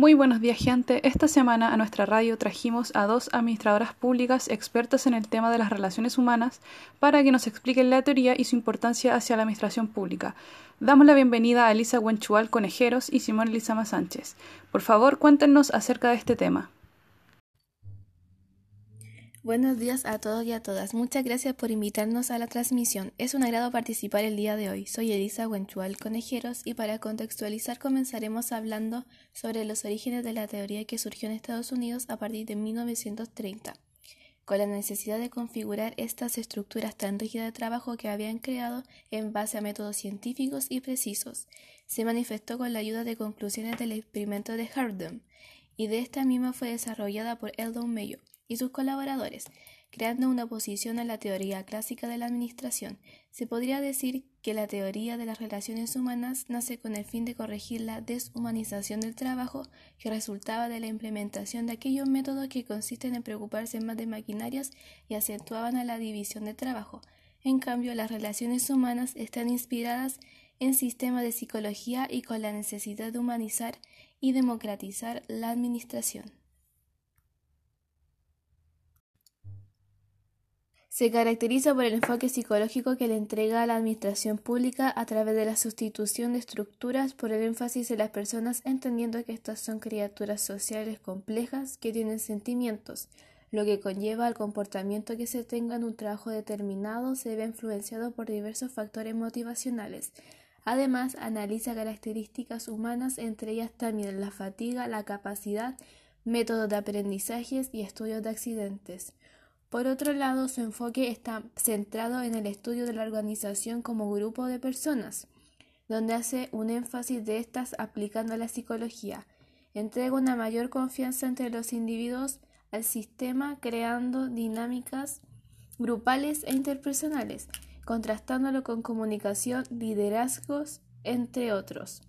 Muy buenos días, gente. Esta semana a nuestra radio trajimos a dos administradoras públicas expertas en el tema de las relaciones humanas para que nos expliquen la teoría y su importancia hacia la administración pública. Damos la bienvenida a Elisa Huenchual Conejeros y Simón Lizama Sánchez. Por favor, cuéntenos acerca de este tema. Buenos días a todos y a todas. Muchas gracias por invitarnos a la transmisión. Es un agrado participar el día de hoy. Soy Elisa Huenchual Conejeros y para contextualizar comenzaremos hablando sobre los orígenes de la teoría que surgió en Estados Unidos a partir de 1930, con la necesidad de configurar estas estructuras tan rígidas de trabajo que habían creado en base a métodos científicos y precisos. Se manifestó con la ayuda de conclusiones del experimento de Hardum, y de esta misma fue desarrollada por Eldon Mayo y sus colaboradores, creando una oposición a la teoría clásica de la administración. Se podría decir que la teoría de las relaciones humanas nace con el fin de corregir la deshumanización del trabajo que resultaba de la implementación de aquellos métodos que consisten en preocuparse más de maquinarias y acentuaban a la división de trabajo. En cambio, las relaciones humanas están inspiradas en sistemas de psicología y con la necesidad de humanizar y democratizar la administración. Se caracteriza por el enfoque psicológico que le entrega a la administración pública a través de la sustitución de estructuras por el énfasis en las personas, entendiendo que estas son criaturas sociales complejas que tienen sentimientos, lo que conlleva al comportamiento que se tenga en un trabajo determinado se ve influenciado por diversos factores motivacionales. Además, analiza características humanas, entre ellas también la fatiga, la capacidad, métodos de aprendizajes y estudios de accidentes. Por otro lado, su enfoque está centrado en el estudio de la organización como grupo de personas, donde hace un énfasis de estas aplicando la psicología. Entrega una mayor confianza entre los individuos al sistema, creando dinámicas grupales e interpersonales, contrastándolo con comunicación, liderazgos, entre otros.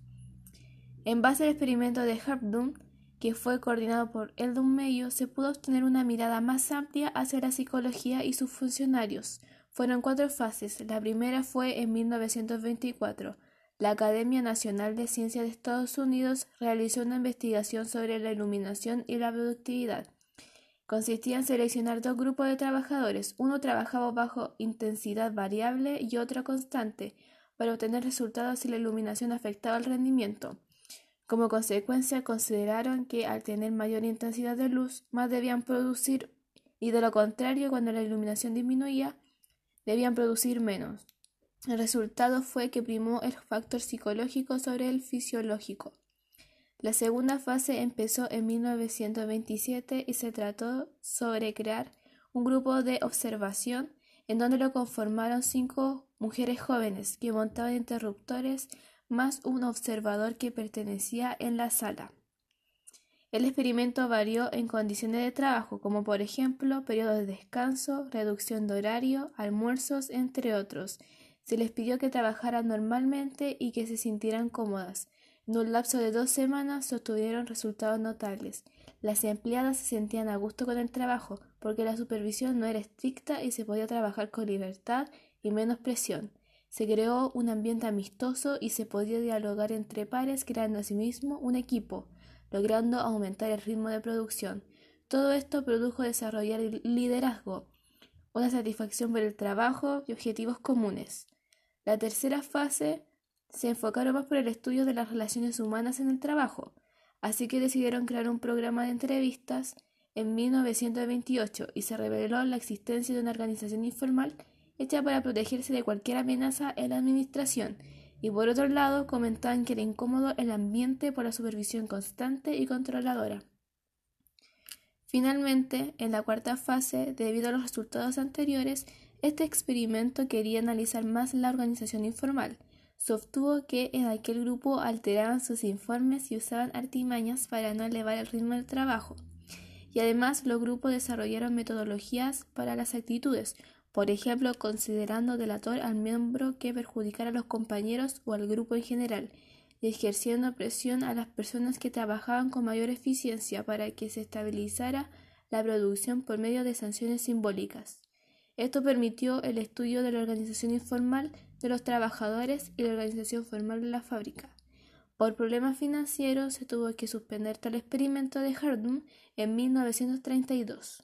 En base al experimento de Hardum, que fue coordinado por Eldon Mayo, se pudo obtener una mirada más amplia hacia la psicología y sus funcionarios. Fueron 4 fases. La primera fue en 1924. La Academia Nacional de Ciencias de Estados Unidos realizó una investigación sobre la iluminación y la productividad. Consistía en seleccionar 2 grupos de trabajadores. Uno trabajaba bajo intensidad variable y otro constante, para obtener resultados si la iluminación afectaba el rendimiento. Como consecuencia, consideraron que al tener mayor intensidad de luz, más debían producir, y de lo contrario, cuando la iluminación disminuía, debían producir menos. El resultado fue que primó el factor psicológico sobre el fisiológico. La segunda fase empezó en 1927 y se trató sobre crear un grupo de observación en donde lo conformaron 5 mujeres jóvenes que montaban interruptores más un observador que pertenecía en la sala. El experimento varió en condiciones de trabajo, como por ejemplo periodos de descanso, reducción de horario, almuerzos, entre otros. Se les pidió que trabajaran normalmente y que se sintieran cómodas. En un lapso de 2 semanas se obtuvieron resultados notables. Las empleadas se sentían a gusto con el trabajo, porque la supervisión no era estricta y se podía trabajar con libertad y menos presión. Se creó un ambiente amistoso y se podía dialogar entre pares, creando asimismo un equipo, logrando aumentar el ritmo de producción. Todo esto produjo desarrollar el liderazgo, una satisfacción por el trabajo y objetivos comunes. La tercera fase se enfocaron más por el estudio de las relaciones humanas en el trabajo, así que decidieron crear un programa de entrevistas en 1928 y se reveló la existencia de una organización informal hecha para protegerse de cualquier amenaza en la administración, y por otro lado comentaban que era incómodo el ambiente por la supervisión constante y controladora. Finalmente, en la cuarta fase, debido a los resultados anteriores, este experimento quería analizar más la organización informal. Se obtuvo que en aquel grupo alteraban sus informes y usaban artimañas para no elevar el ritmo del trabajo. Y además los grupos desarrollaron metodologías para las actitudes, por ejemplo, considerando delator al miembro que perjudicara a los compañeros o al grupo en general, y ejerciendo presión a las personas que trabajaban con mayor eficiencia para que se estabilizara la producción por medio de sanciones simbólicas. Esto permitió el estudio de la organización informal de los trabajadores y la organización formal de la fábrica. Por problemas financieros se tuvo que suspender tal experimento de Herdman en 1932.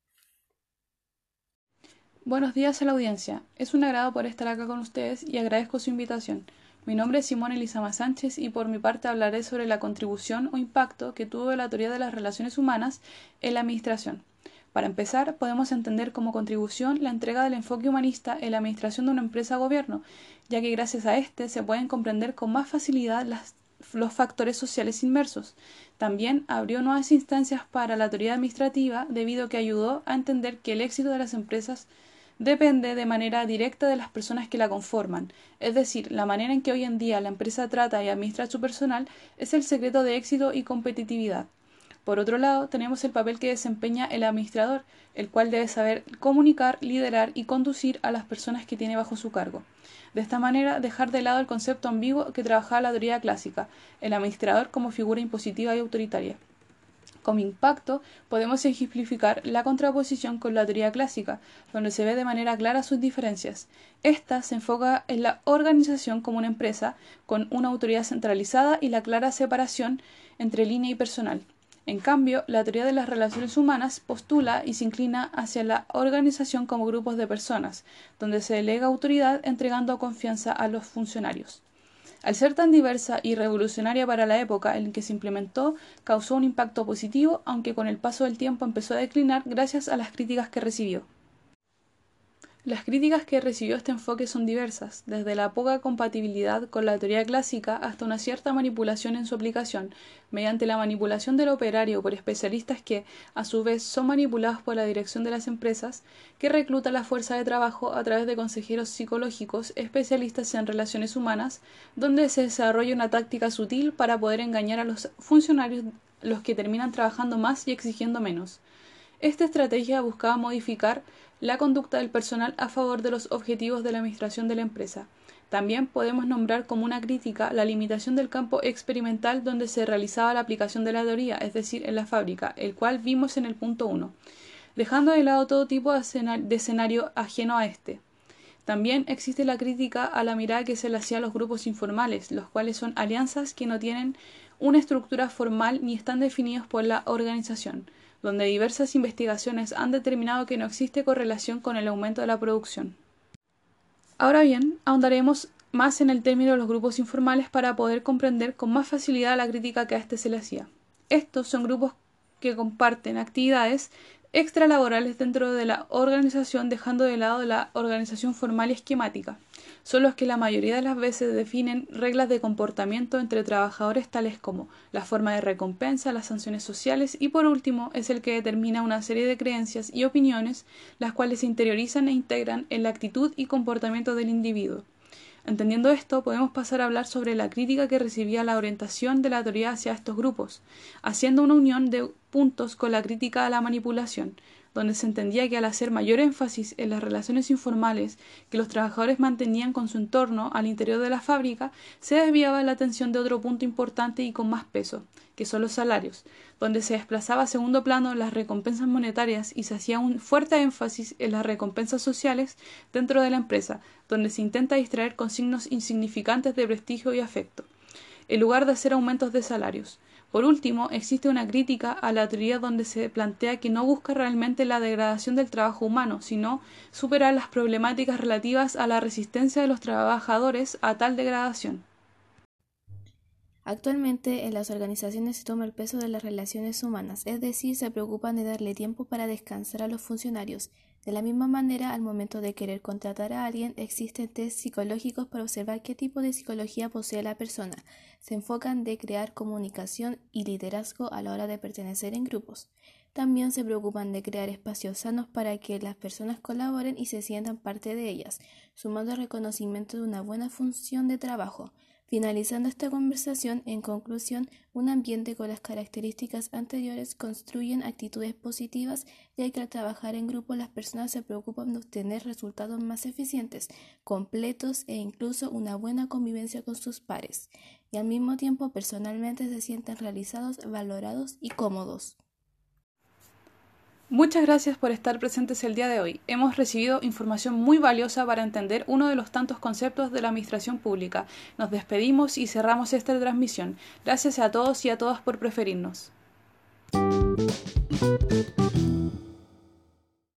Buenos días a la audiencia. Es un agrado poder estar acá con ustedes y agradezco su invitación. Mi nombre es Simón Elizama Sánchez y por mi parte hablaré sobre la contribución o impacto que tuvo la teoría de las relaciones humanas en la administración. Para empezar, podemos entender como contribución la entrega del enfoque humanista en la administración de una empresa o gobierno, ya que gracias a este se pueden comprender con más facilidad los factores sociales inmersos. También abrió nuevas instancias para la teoría administrativa debido a que ayudó a entender que el éxito de las empresas depende de manera directa de las personas que la conforman, es decir, la manera en que hoy en día la empresa trata y administra a su personal es el secreto de éxito y competitividad. Por otro lado, tenemos el papel que desempeña el administrador, el cual debe saber comunicar, liderar y conducir a las personas que tiene bajo su cargo. De esta manera, dejar de lado el concepto ambiguo que trabajaba la teoría clásica, el administrador como figura impositiva y autoritaria. Como impacto, podemos ejemplificar la contraposición con la teoría clásica, donde se ve de manera clara sus diferencias. Esta se enfoca en la organización como una empresa, con una autoridad centralizada y la clara separación entre línea y personal. En cambio, la teoría de las relaciones humanas postula y se inclina hacia la organización como grupos de personas, donde se delega autoridad entregando confianza a los funcionarios. Al ser tan diversa y revolucionaria para la época en que se implementó, causó un impacto positivo, aunque con el paso del tiempo empezó a declinar gracias a las críticas que recibió. Las críticas que recibió este enfoque son diversas, desde la poca compatibilidad con la teoría clásica hasta una cierta manipulación en su aplicación, mediante la manipulación del operario por especialistas que, a su vez, son manipulados por la dirección de las empresas, que recluta la fuerza de trabajo a través de consejeros psicológicos especialistas en relaciones humanas, donde se desarrolla una táctica sutil para poder engañar a los funcionarios, los que terminan trabajando más y exigiendo menos. Esta estrategia buscaba modificar la conducta del personal a favor de los objetivos de la administración de la empresa. También podemos nombrar como una crítica la limitación del campo experimental donde se realizaba la aplicación de la teoría, es decir, en la fábrica, el cual vimos en el punto 1, dejando de lado todo tipo de escenario ajeno a este. También existe la crítica a la mirada que se le hacía a los grupos informales, los cuales son alianzas que no tienen una estructura formal ni están definidos por la organización, donde diversas investigaciones han determinado que no existe correlación con el aumento de la producción. Ahora bien, ahondaremos más en el término de los grupos informales para poder comprender con más facilidad la crítica que a este se le hacía. Estos son grupos que comparten actividades extralaborales dentro de la organización, dejando de lado la organización formal y esquemática. Son los que la mayoría de las veces definen reglas de comportamiento entre trabajadores tales como la forma de recompensa, las sanciones sociales y por último es el que determina una serie de creencias y opiniones las cuales se interiorizan e integran en la actitud y comportamiento del individuo. Entendiendo esto, podemos pasar a hablar sobre la crítica que recibía la orientación de la teoría hacia estos grupos, haciendo una unión de puntos con la crítica a la manipulación, donde se entendía que al hacer mayor énfasis en las relaciones informales que los trabajadores mantenían con su entorno al interior de la fábrica, se desviaba la atención de otro punto importante y con más peso, que son los salarios, donde se desplazaba a segundo plano las recompensas monetarias y se hacía un fuerte énfasis en las recompensas sociales dentro de la empresa, donde se intenta distraer con signos insignificantes de prestigio y afecto, en lugar de hacer aumentos de salarios. Por último, existe una crítica a la teoría donde se plantea que no busca realmente la degradación del trabajo humano, sino superar las problemáticas relativas a la resistencia de los trabajadores a tal degradación. Actualmente en las organizaciones se toma el peso de las relaciones humanas, es decir, se preocupan de darle tiempo para descansar a los funcionarios. De la misma manera, al momento de querer contratar a alguien, existen test psicológicos para observar qué tipo de psicología posee la persona. Se enfocan de crear comunicación y liderazgo a la hora de pertenecer en grupos. También se preocupan de crear espacios sanos para que las personas colaboren y se sientan parte de ellas, sumando el reconocimiento de una buena función de trabajo. Finalizando esta conversación, en conclusión, un ambiente con las características anteriores construyen actitudes positivas, ya que al trabajar en grupo las personas se preocupan de obtener resultados más eficientes, completos e incluso una buena convivencia con sus pares, y al mismo tiempo personalmente se sienten realizados, valorados y cómodos. Muchas gracias por estar presentes el día de hoy. Hemos recibido información muy valiosa para entender uno de los tantos conceptos de la administración pública. Nos despedimos y cerramos esta transmisión. Gracias a todos y a todas por preferirnos.